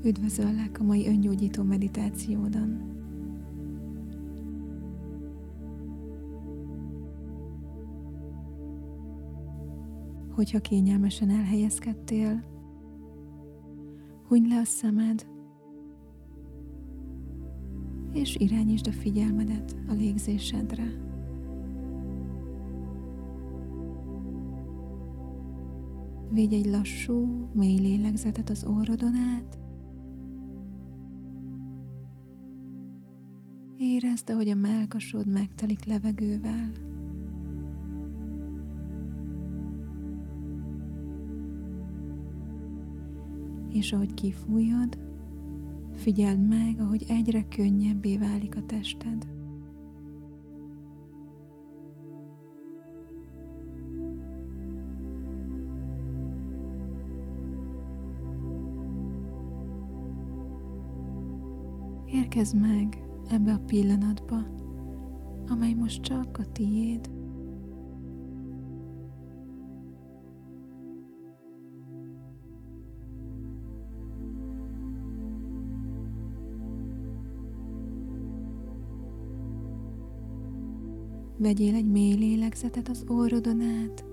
Üdvözöllek a mai öngyógyító meditációdon. Hogyha kényelmesen elhelyezkedtél, hunyd le a szemed, és irányítsd a figyelmedet a légzésedre. Vigy egy lassú, mély lélegzetet az orrodon át. Érezd, ahogy a mellkasod megtelik levegővel. És ahogy kifújod, figyeld meg, ahogy egyre könnyebbé válik a tested. Érkezz meg ebbe a pillanatba, amely most csak a tiéd. Vegyél egy mély lélegzetet az orrodon át,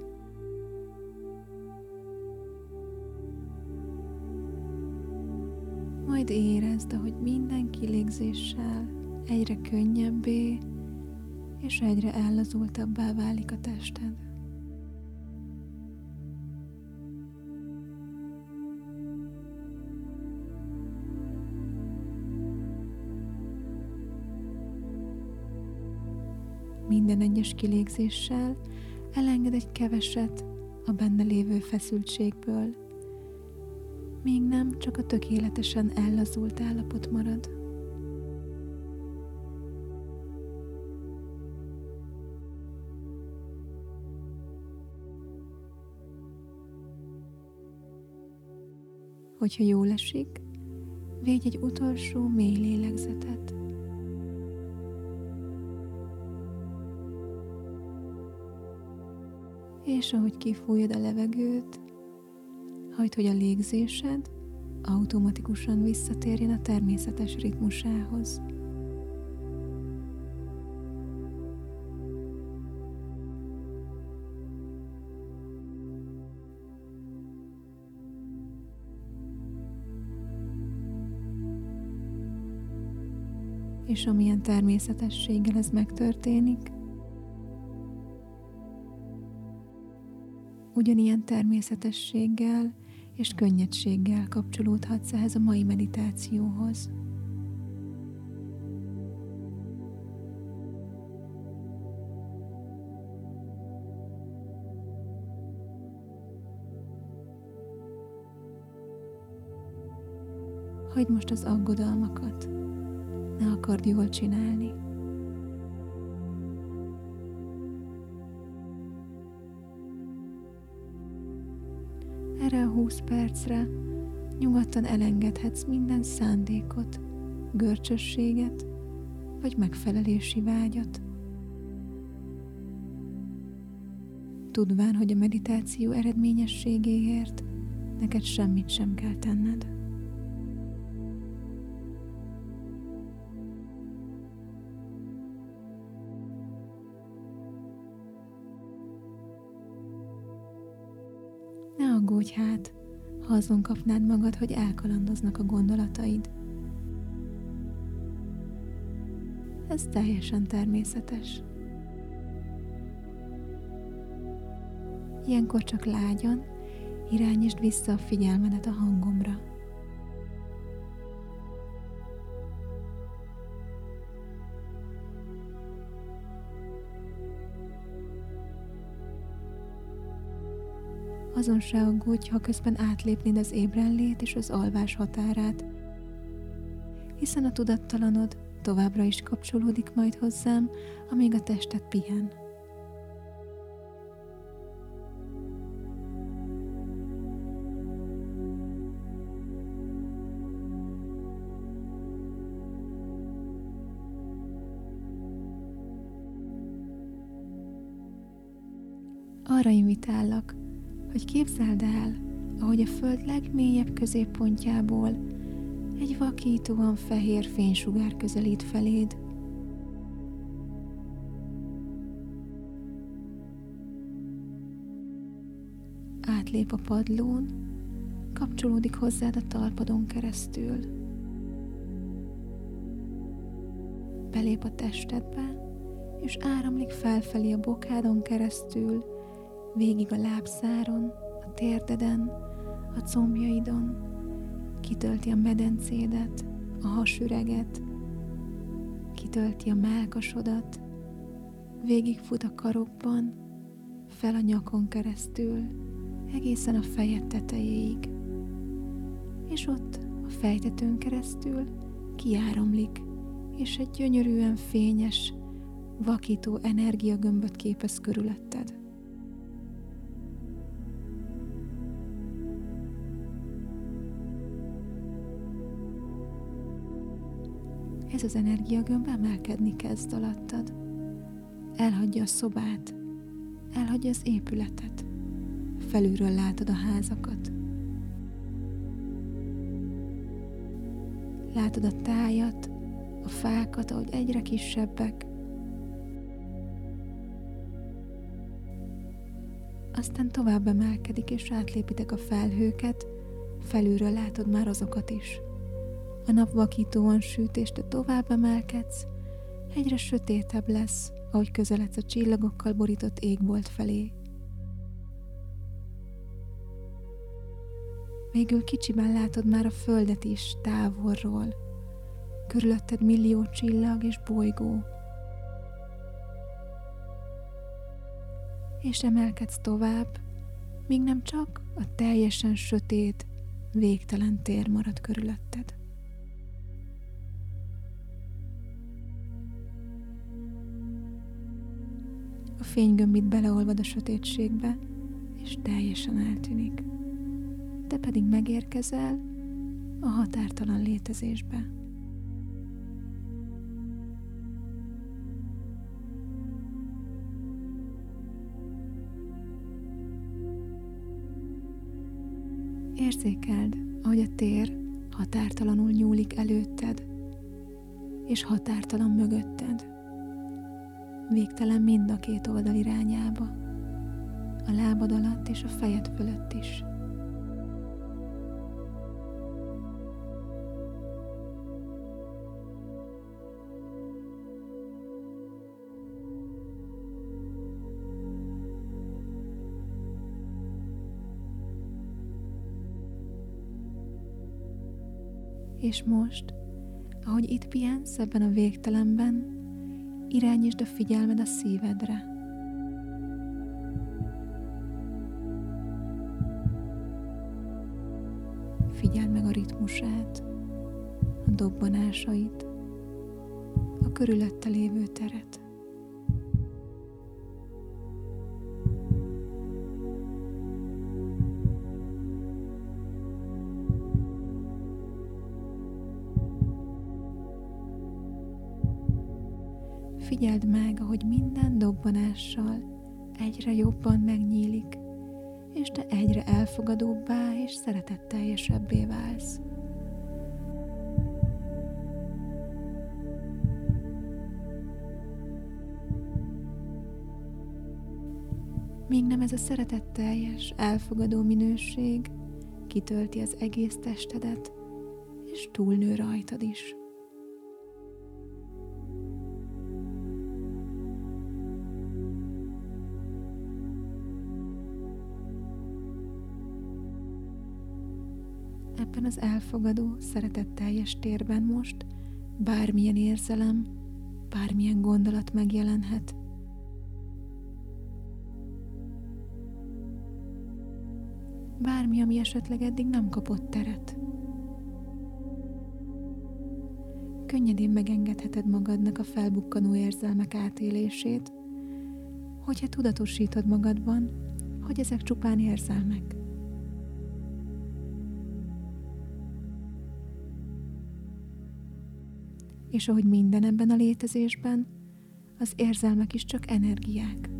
majd érezd, ahogy minden kilégzéssel egyre könnyebbé és egyre ellazultabbá válik a tested. Minden egyes kilégzéssel elenged egy keveset a benne lévő feszültségből, míg nem csak a tökéletesen ellazult állapot marad. Hogyha jól esik, védj egy utolsó mély lélegzetet. És ahogy kifújod a levegőt, hagyd, hogy a légzésed automatikusan visszatérjen a természetes ritmusához. És amilyen természetességgel ez megtörténik, ugyanilyen természetességgel és könnyedséggel kapcsolódhatsz ehhez a mai meditációhoz. Hagyd most az aggodalmakat, ne akard jól csinálni. Erre a 20 percre nyugodtan elengedhetsz minden szándékot, görcsösséget vagy megfelelési vágyat. Tudván, hogy a meditáció eredményességéért neked semmit sem kell tenned. Ne aggódj hát, ha azon kapnád magad, hogy elkalandoznak a gondolataid. Ez teljesen természetes. Ilyenkor csak lágyan irányítsd vissza a figyelmedet a hangomra. Azon se aggódj, ha közben átlépnéd az ébrenlét és az alvás határát, hiszen a tudattalanod továbbra is kapcsolódik majd hozzám, amíg a tested pihen. Arra invitállak, hogy képzeld el, ahogy a föld legmélyebb középpontjából Egy vakítóan fehér fénysugár közelít feléd. Átlép a padlón, kapcsolódik hozzád a talpadon keresztül. Belép a testedbe, és áramlik felfelé a bokádon keresztül, végig a lábszáron, a térdeden, a combjaidon, kitölti a medencédet, a hasüreget, kitölti a mellkasodat, végigfut a karokban, fel a nyakon keresztül, egészen a fejed tetejéig, és ott a fejtetőn keresztül kiáramlik, és egy gyönyörűen fényes, vakító energiagömböt képez körülötted. Ez az energiagömb emelkedni kezd alattad. Elhagyja a szobát, elhagyja az épületet. Felülről látod a házakat. Látod a tájat, a fákat, ahogy egyre kisebbek. Aztán tovább emelkedik, és átlépitek a felhőket, felülről látod már azokat is. A nap vakítóan süt, és te tovább emelkedsz, egyre sötétebb lesz, ahogy közeledsz a csillagokkal borított égbolt felé. Végül kicsiben látod már a földet is távolról, körülötted millió csillag és bolygó. És emelkedsz tovább, míg nem csak a teljesen sötét, végtelen tér marad körülötted. A fénygömbit beleolvad a sötétségbe, és teljesen eltűnik. Te pedig megérkezel a határtalan létezésbe. Érzékeld, ahogy a tér határtalanul nyúlik előtted, és határtalan mögötted. Végtelen mind a két oldal irányába, a lábad alatt és a fejed fölött is. És most, ahogy itt pihensz ebben a végtelenben, irányítsd a figyelmed a szívedre. Figyeld meg a ritmusát, a dobbanásait, a körülötte lévő teret. Figyeld meg, ahogy minden dobbanással egyre jobban megnyílik, és te egyre elfogadóbbá és szeretetteljesebbé válsz. Míg nem ez a szeretetteljes, elfogadó minőség kitölti az egész testedet, és túlnő rajtad is. Ebben az elfogadó, szeretetteljes térben most bármilyen érzelem, bármilyen gondolat megjelenhet. Bármi, ami esetleg eddig nem kapott teret. Könnyedén megengedheted magadnak a felbukkanó érzelmek átélését, hogyha tudatosítod magadban, hogy ezek csupán érzelmek. És ahogy minden ebben a létezésben, az érzelmek is csak energiák.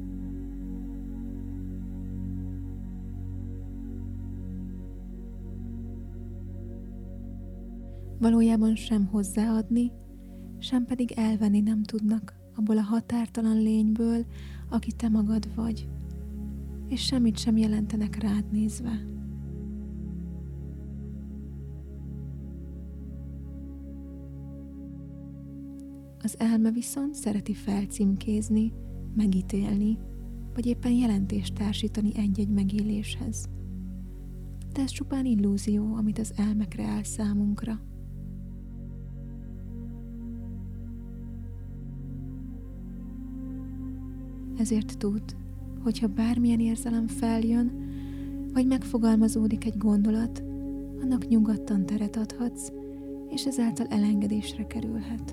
Valójában sem hozzáadni, sem pedig elvenni nem tudnak abból a határtalan lényből, aki te magad vagy, és semmit sem jelentenek rád nézve. Az elme viszont szereti felcímkézni, megítélni, vagy éppen jelentést társítani egy-egy megéléshez. De ez csupán illúzió, amit az elme kreál számunkra. Ezért tudd, hogyha bármilyen érzelem feljön, vagy megfogalmazódik egy gondolat, annak nyugodtan teret adhatsz, és ezáltal elengedésre kerülhet.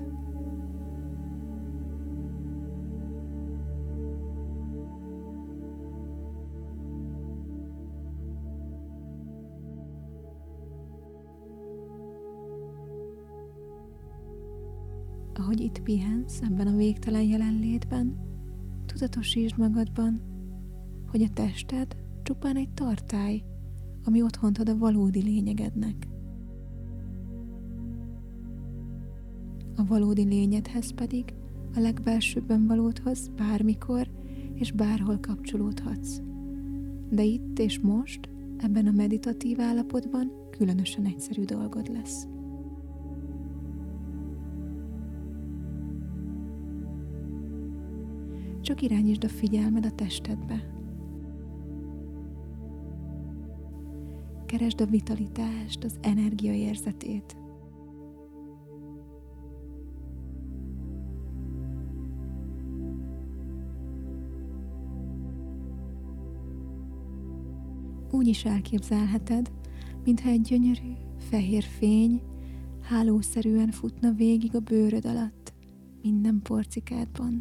Ahogy itt pihensz ebben a végtelen jelenlétben, tudatosítsd magadban, hogy a tested csupán egy tartály, ami otthont ad a valódi lényegednek. A valódi lényedhez pedig a legbelsőbben valódhoz bármikor és bárhol kapcsolódhatsz. De itt és most, ebben a meditatív állapotban különösen egyszerű dolgod lesz. Csak irányítsd a figyelmed a testedbe. Keresd a vitalitást, az energia érzetét. Úgy is elképzelheted, mintha egy gyönyörű, fehér fény hálószerűen futna végig a bőröd alatt, minden porcikádban.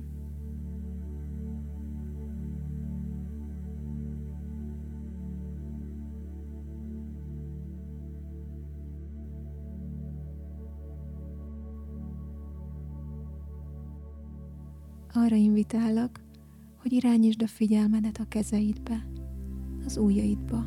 Arra invitállak, hogy irányítsd a figyelmedet a kezeidbe, az ujjaidba.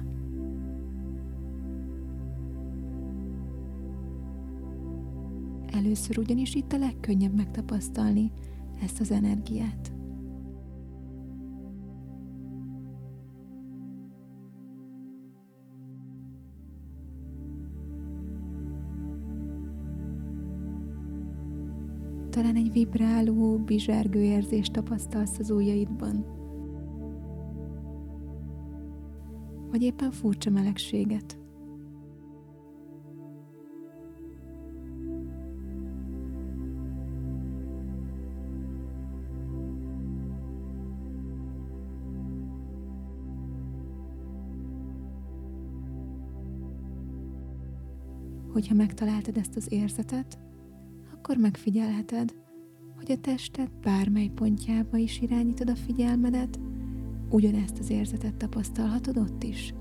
Először ugyanis itt a legkönnyebb megtapasztalni ezt az energiát. Talán egy vibráló, bizsergő érzést tapasztalsz az ujjaidban. Vagy éppen furcsa melegséget. Hogyha megtaláltad ezt az érzetet, akkor megfigyelheted, hogy a tested bármely pontjába is irányítod a figyelmedet, ugyanezt az érzetet tapasztalhatod ott is.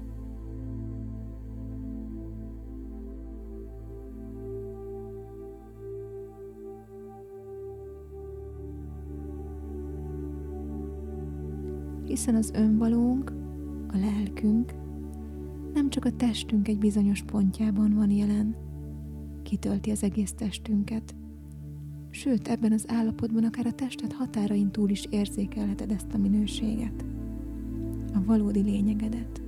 Hiszen az önvalónk, a lelkünk nem csak a testünk egy bizonyos pontjában van jelen, kitölti az egész testünket. Sőt, ebben az állapotban akár a tested határain túl is érzékelheted ezt a minőséget, a valódi lényegedet.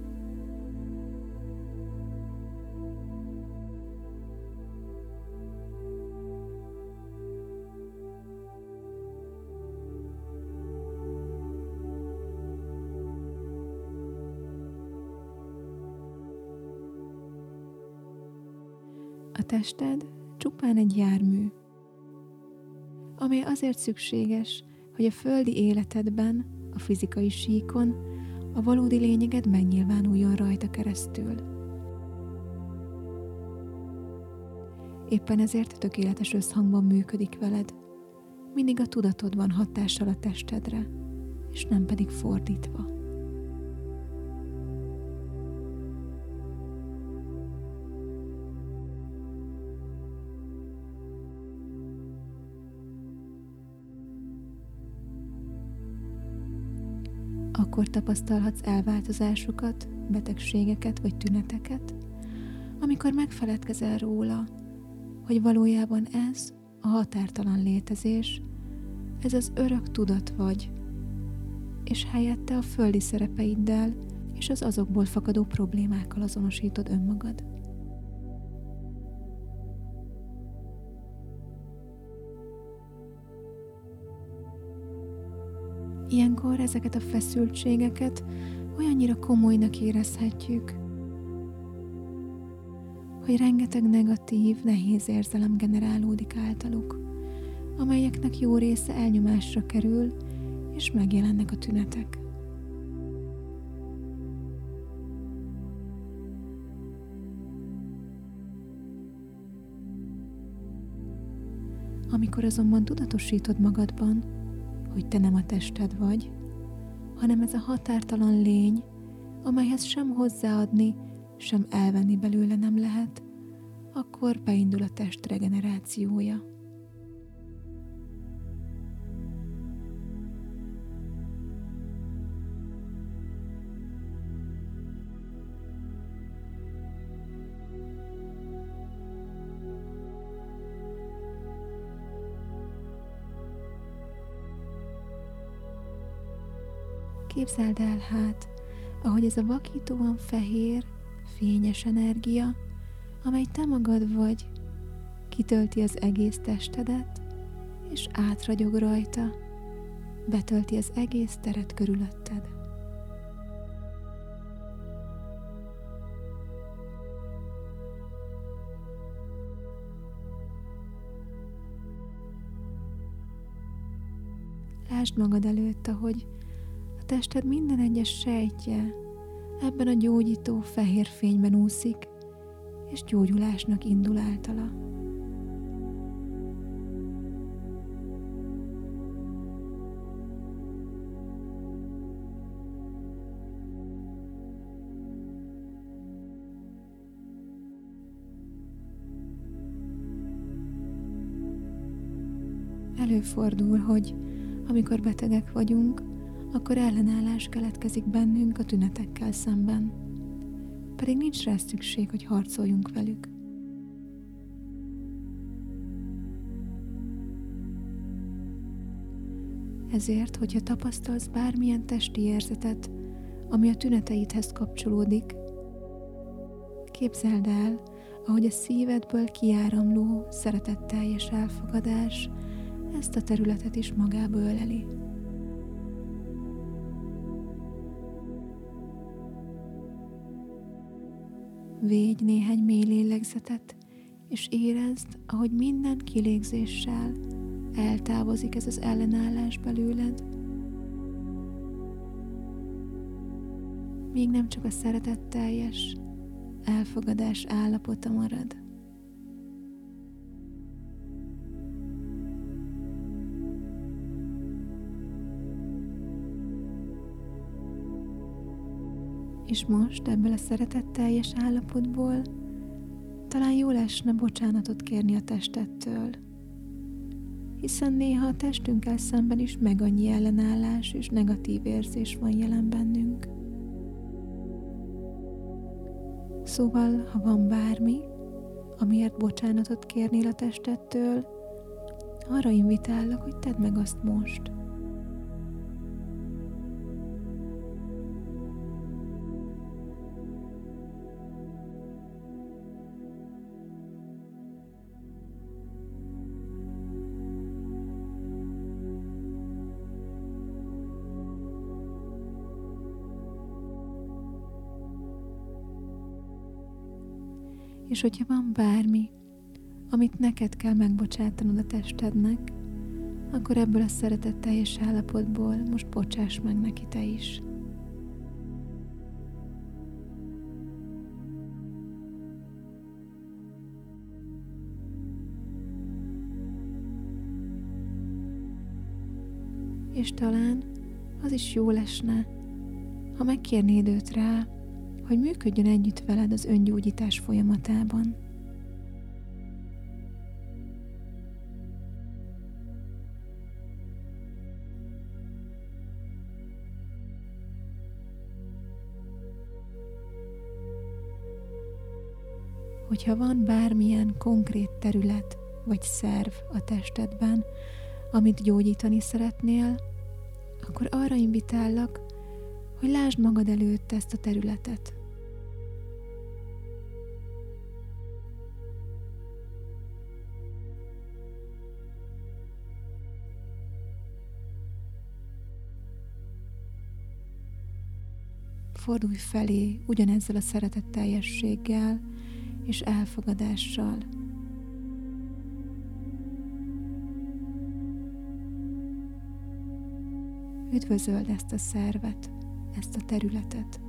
A tested csupán egy jármű, amely azért szükséges, hogy a földi életedben, a fizikai síkon a valódi lényeged megnyilvánuljon rajta keresztül. Éppen ezért tökéletes összhangban működik veled. Mindig a tudatod van hatással a testedre, és nem pedig fordítva. Akkor tapasztalhatsz elváltozásokat, betegségeket vagy tüneteket, amikor megfeledkezel róla, hogy valójában ez a határtalan létezés, ez az örök tudat vagy, és helyette a földi szerepeiddel és az azokból fakadó problémákkal azonosítod önmagad. Ilyenkor ezeket a feszültségeket olyannyira komolynak érezhetjük, hogy rengeteg negatív, nehéz érzelem generálódik általuk, amelyeknek jó része elnyomásra kerül, és megjelennek a tünetek. Amikor azonban tudatosítod magadban, hogy te nem a tested vagy, hanem ez a határtalan lény, amelyhez sem hozzáadni, sem elvenni belőle nem lehet, akkor beindul a test regenerációja. Képzeld el hát, ahogy ez a vakítóan fehér, fényes energia, amely te magad vagy, kitölti az egész testedet, és átragyog rajta, betölti az egész teret körülötted. Lásd magad előtt, ahogy a tested minden egyes sejtje ebben a gyógyító fehér fényben úszik, és gyógyulásnak indul általa. Előfordul, hogy amikor betegek vagyunk, akkor ellenállás keletkezik bennünk a tünetekkel szemben. Pedig nincs rá szükség, hogy harcoljunk velük. Ezért, hogyha tapasztalsz bármilyen testi érzetet, ami a tüneteidhez kapcsolódik, képzeld el, ahogy a szívedből kiáramló, szeretetteljes elfogadás ezt a területet is magába öleli. Védj néhány mély lélegzetet, és érezd, ahogy minden kilégzéssel eltávozik ez az ellenállás belőled. Míg nem csak a szeretetteljes elfogadás állapota marad. És most ebből a szeretetteljes állapotból talán jól esne bocsánatot kérni a testettől, hiszen néha a testünkkel szemben is meg annyi ellenállás és negatív érzés van jelen bennünk. Szóval, ha van bármi, amiért bocsánatot kérnél a testettől, arra invitállak, hogy tedd meg azt most. És hogyha van bármi, amit neked kell megbocsátanod a testednek, akkor ebből a szeretetteljes állapotból most bocsáss meg neki te is. És talán az is jó lesne, ha megkérnéd őt rá, hogy működjön együtt veled az öngyógyítás folyamatában. Hogyha van bármilyen konkrét terület vagy szerv a testedben, amit gyógyítani szeretnél, akkor arra invitállak, hogy lásd magad előtt ezt a területet. Fordulj felé ugyanezzel a szeretetteljességgel és elfogadással. Üdvözöld ezt a szervet, ezt a területet.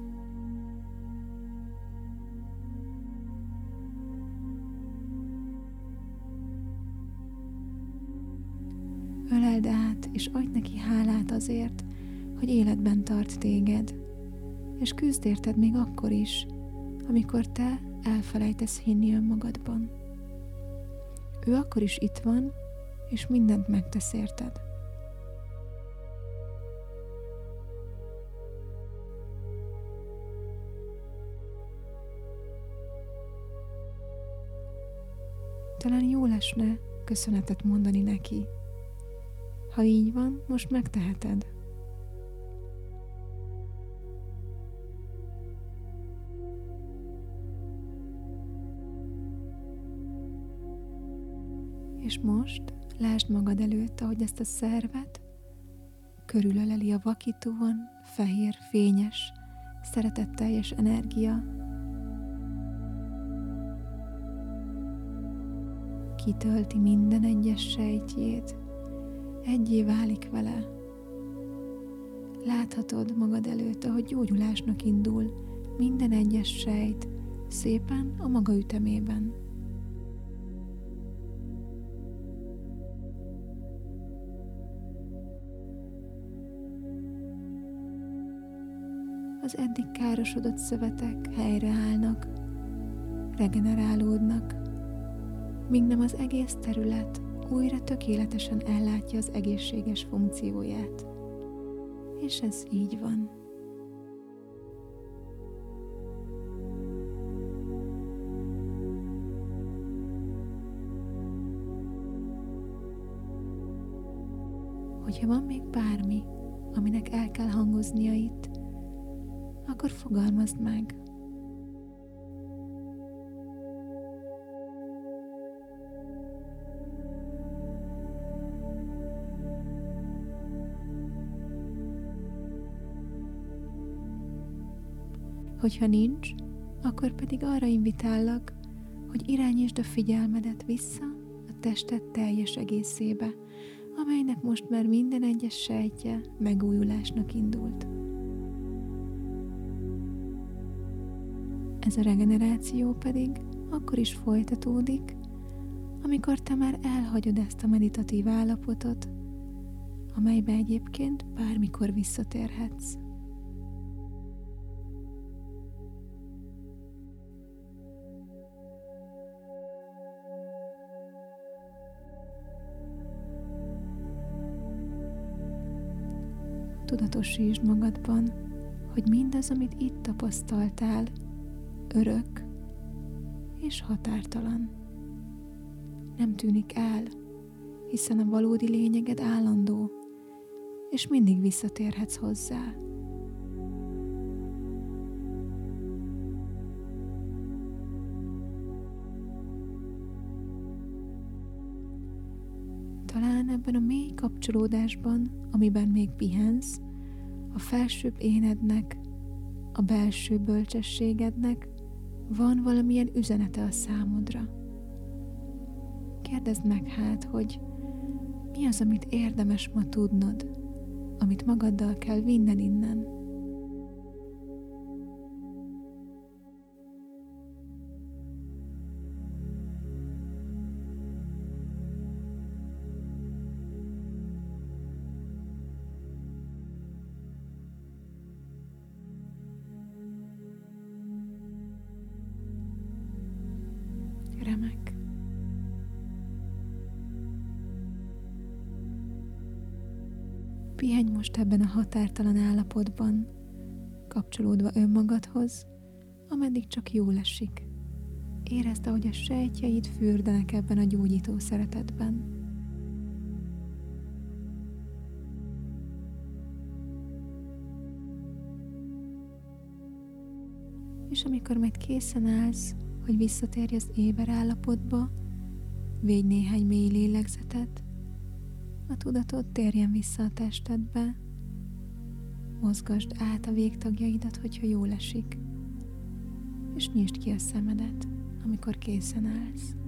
Öleld át, és adj neki hálát azért, hogy életben tart téged, és küzd érted még akkor is, amikor te elfelejtesz hinni önmagadban. Ő akkor is itt van, és mindent megtesz érted. Talán jó lesne köszönetet mondani neki. Ha így van, most megteheted. És most lásd magad előtt, ahogy ezt a szervet körülöleli a vakítóan fehér, fényes, szeretetteljes energia. Kitölti minden egyes sejtjét, egyé válik vele. Láthatod magad előtt, ahogy gyógyulásnak indul minden egyes sejt szépen a maga ütemében. Az eddig károsodott szövetek helyreállnak, regenerálódnak, míg nem az egész terület újra tökéletesen ellátja az egészséges funkcióját. És ez így van. Hogyha van még bármi, aminek el kell hangoznia itt, akkor fogalmazd meg. Hogyha nincs, akkor pedig arra invitállak, hogy irányítsd a figyelmedet vissza a tested teljes egészébe, amelynek most már minden egyes sejtje megújulásnak indult. Ez a regeneráció pedig akkor is folytatódik, amikor te már elhagyod ezt a meditatív állapotot, amelybe egyébként bármikor visszatérhetsz. Tudatosítsd magadban, hogy mindaz, amit itt tapasztaltál, örök és határtalan. Nem tűnik el, hiszen a valódi lényeged állandó, és mindig visszatérhetsz hozzá. Talán ebben a mély kapcsolódásban, amiben még pihensz, a felsőbb énednek, a belső bölcsességednek van valamilyen üzenete a számodra. Kérdezd meg hát, hogy mi az, amit érdemes ma tudnod, amit magaddal kell vinned innen. Remek. Pihenj most ebben a határtalan állapotban, kapcsolódva önmagadhoz, ameddig csak jól esik, Érezd, ahogy a sejtjeid fürdenek ebben a gyógyító szeretetben. És amikor majd készen állsz, hogy visszatérj az éber állapotba, védj néhány mély lélegzetet, a tudatod térjen vissza a testedbe, mozgasd át a végtagjaidat, hogyha jól esik, és nyisd ki a szemedet, amikor készen állsz.